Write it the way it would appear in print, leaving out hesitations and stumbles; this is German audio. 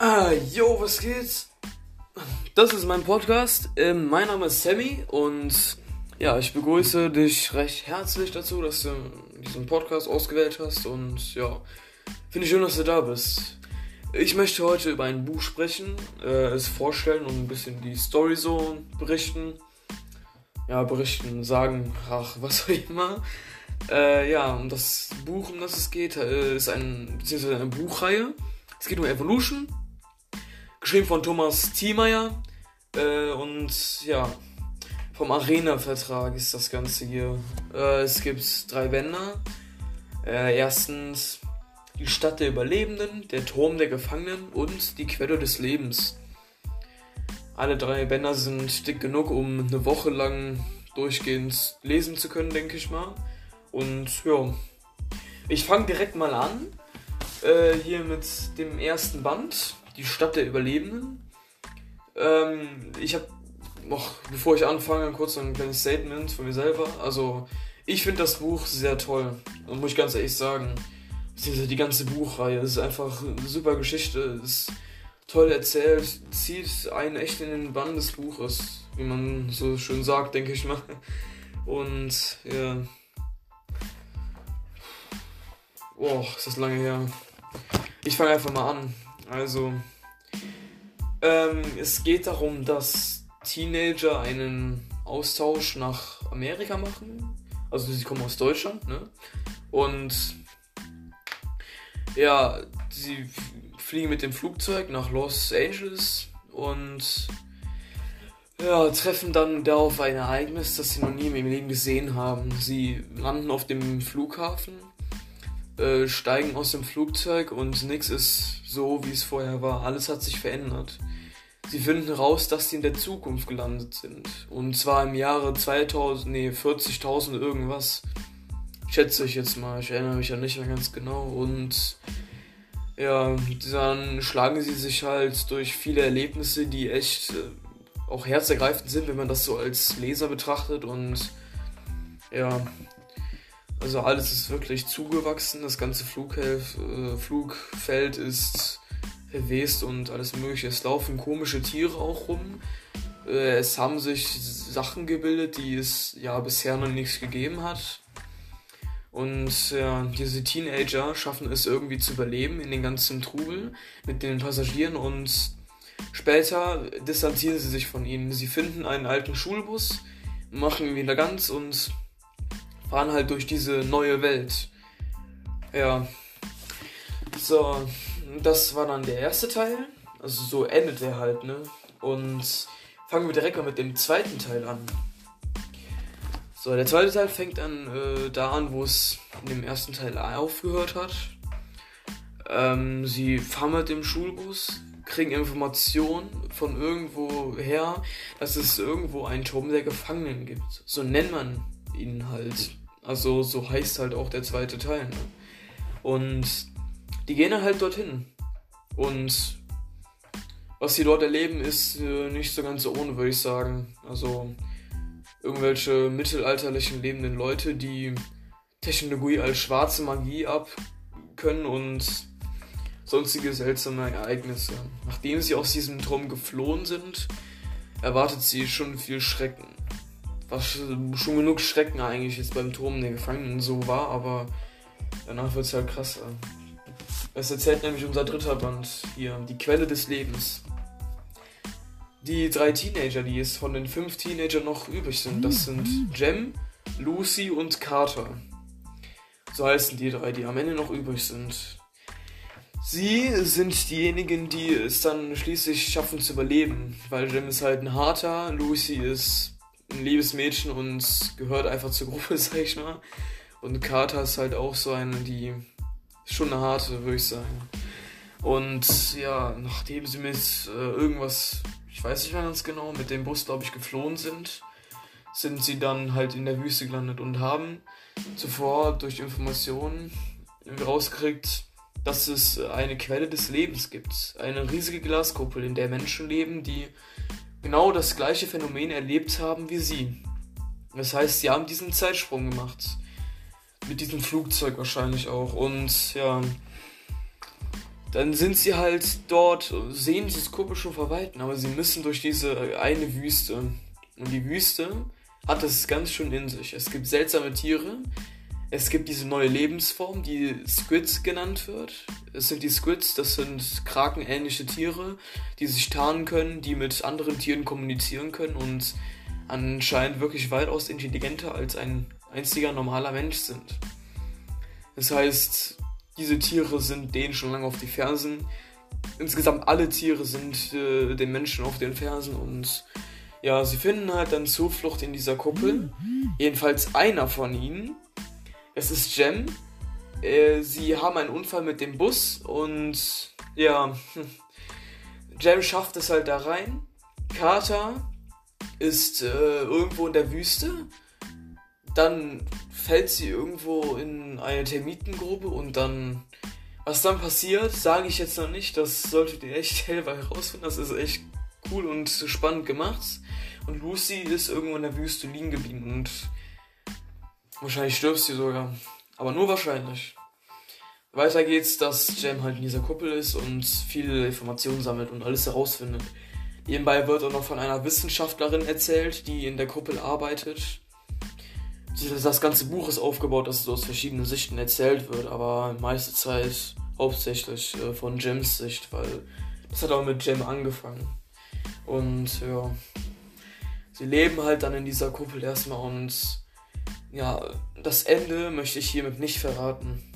Yo, was geht? Das ist mein Podcast. Mein Name ist Sammy und ja, ich begrüße dich recht herzlich dazu, dass du diesen Podcast ausgewählt hast und ja, finde ich schön, dass du da bist. Ich möchte heute über ein Buch sprechen, es vorstellen und ein bisschen die Story so berichten. Ja, berichten, sagen, ach, was auch immer. Und das Buch, um das es geht, ist beziehungsweise eine Buchreihe. Es geht um Evolution, geschrieben von Thomas Thielmeier und ja, vom Arena-Vertrag ist das Ganze hier. Es gibt 3 Bänder. Erstens die Stadt der Überlebenden, der Turm der Gefangenen und die Quelle des Lebens. Alle 3 Bänder sind dick genug, um eine Woche lang durchgehend lesen zu können, denke ich mal. Und ja, ich fange direkt mal an. Hier mit dem ersten Band, die Stadt der Überlebenden. Ich habe noch, bevor ich anfange, kurz ein kleines Statement von mir selber. Also, ich finde das Buch sehr toll, muss ich ganz ehrlich sagen. Die ganze Buchreihe ist einfach eine super Geschichte, ist toll erzählt, zieht einen echt in den Bann des Buches, wie man so schön sagt, denke ich mal. Und ja. Oh, ist das lange her. Ich fange einfach mal an. Also, es geht darum, dass Teenager einen Austausch nach Amerika machen. Also sie kommen aus Deutschland, ne? Und ja, sie fliegen mit dem Flugzeug nach Los Angeles und ja, treffen dann da auf ein Ereignis, das sie noch nie in ihrem Leben gesehen haben. Sie landen auf dem Flughafen, steigen aus dem Flugzeug und nichts ist so, wie es vorher war. Alles hat sich verändert. Sie finden raus, dass sie in der Zukunft gelandet sind. Und zwar im Jahre 40.000 irgendwas. Schätze ich jetzt mal. Ich erinnere mich ja nicht mehr ganz genau. Und ja, dann schlagen sie sich halt durch viele Erlebnisse, die echt auch herzergreifend sind, wenn man das so als Leser betrachtet. Und ja, also alles ist wirklich zugewachsen. Das ganze Flugfeld ist verwest und alles mögliche. Es laufen komische Tiere auch rum. Es haben sich Sachen gebildet, die es ja bisher noch nichts gegeben hat. Und ja, diese Teenager schaffen es irgendwie zu überleben in den ganzen Trubel mit den Passagieren und später distanzieren sie sich von ihnen. Sie finden einen alten Schulbus, machen ihn wieder ganz und fahren halt durch diese neue Welt. Ja, so, das war dann der erste Teil. Also so endet der halt, ne? Und fangen wir direkt mal mit dem zweiten Teil an. So, der zweite Teil fängt an da an, wo es in dem ersten Teil aufgehört hat. Sie fahren mit dem Schulbus, kriegen Informationen von irgendwo her, dass es irgendwo einen Turm der Gefangenen gibt. So nennt man ihn halt. Also so heißt halt auch der zweite Teil. Ne? Und die gehen dann halt dorthin. Und was sie dort erleben, ist nicht so ganz ohne, würde ich sagen. Also irgendwelche mittelalterlichen lebenden Leute, die Technologie als schwarze Magie abkönnen und sonstige seltsame Ereignisse. Nachdem sie aus diesem Turm geflohen sind, erwartet sie schon viel Schrecken. Was schon genug Schrecken eigentlich jetzt beim Turm der Gefangenen so war, aber danach wird es halt krasser. Es erzählt nämlich unser dritter Band hier, die Quelle des Lebens. Die 3 Teenager, die es von den 5 Teenagern noch übrig sind, das sind Jem, Lucy und Carter. So heißen die 3, die am Ende noch übrig sind. Sie sind diejenigen, die es dann schließlich schaffen zu überleben, weil Jem ist halt ein Harter, Lucy ist ein liebes Mädchen und gehört einfach zur Gruppe, sag ich mal. Und Carter ist halt auch so eine, die ist schon eine harte, würde ich sagen. Und ja, nachdem sie mit irgendwas, ich weiß nicht mehr ganz genau, mit dem Bus, glaube ich, geflohen sind sie dann halt in der Wüste gelandet und haben zuvor durch Informationen rausgekriegt, dass es eine Quelle des Lebens gibt. Eine riesige Glaskuppel, in der Menschen leben, die genau das gleiche Phänomen erlebt haben wie sie. Das heißt, sie haben diesen Zeitsprung gemacht. Mit diesem Flugzeug wahrscheinlich auch. Und ja, dann sind sie halt dort, sehen diese Kuppel schon von Weitem, aber sie müssen durch diese eine Wüste. Und die Wüste hat es ganz schön in sich. Es gibt seltsame Tiere, es gibt diese neue Lebensform, die Squids genannt wird. Es sind die Squids, das sind krakenähnliche Tiere, die sich tarnen können, die mit anderen Tieren kommunizieren können und anscheinend wirklich weitaus intelligenter als ein einziger normaler Mensch sind. Das heißt, diese Tiere sind denen schon lange auf die Fersen. Insgesamt alle Tiere sind den Menschen auf den Fersen und ja, sie finden halt dann Zuflucht in dieser Kuppel. Jedenfalls einer von ihnen. Es ist Jem. Sie haben einen Unfall mit dem Bus und ja, Jem schafft es halt da rein. Carter ist irgendwo in der Wüste. Dann fällt sie irgendwo in eine Termitengrube und dann, was dann passiert, sage ich jetzt noch nicht. Das solltet ihr echt selber herausfinden. Das ist echt cool und spannend gemacht. Und Lucy ist irgendwo in der Wüste liegen geblieben und wahrscheinlich stirbt sie sogar. Aber nur wahrscheinlich. Weiter geht's, dass Jem halt in dieser Kuppel ist und viele Informationen sammelt und alles herausfindet. Nebenbei wird auch noch von einer Wissenschaftlerin erzählt, die in der Kuppel arbeitet. Das ganze Buch ist aufgebaut, dass es so aus verschiedenen Sichten erzählt wird, aber meiste Zeit hauptsächlich von Jems Sicht, weil das hat auch mit Jem angefangen. Und ja, sie leben halt dann in dieser Kuppel erstmal und ja, das Ende möchte ich hiermit nicht verraten.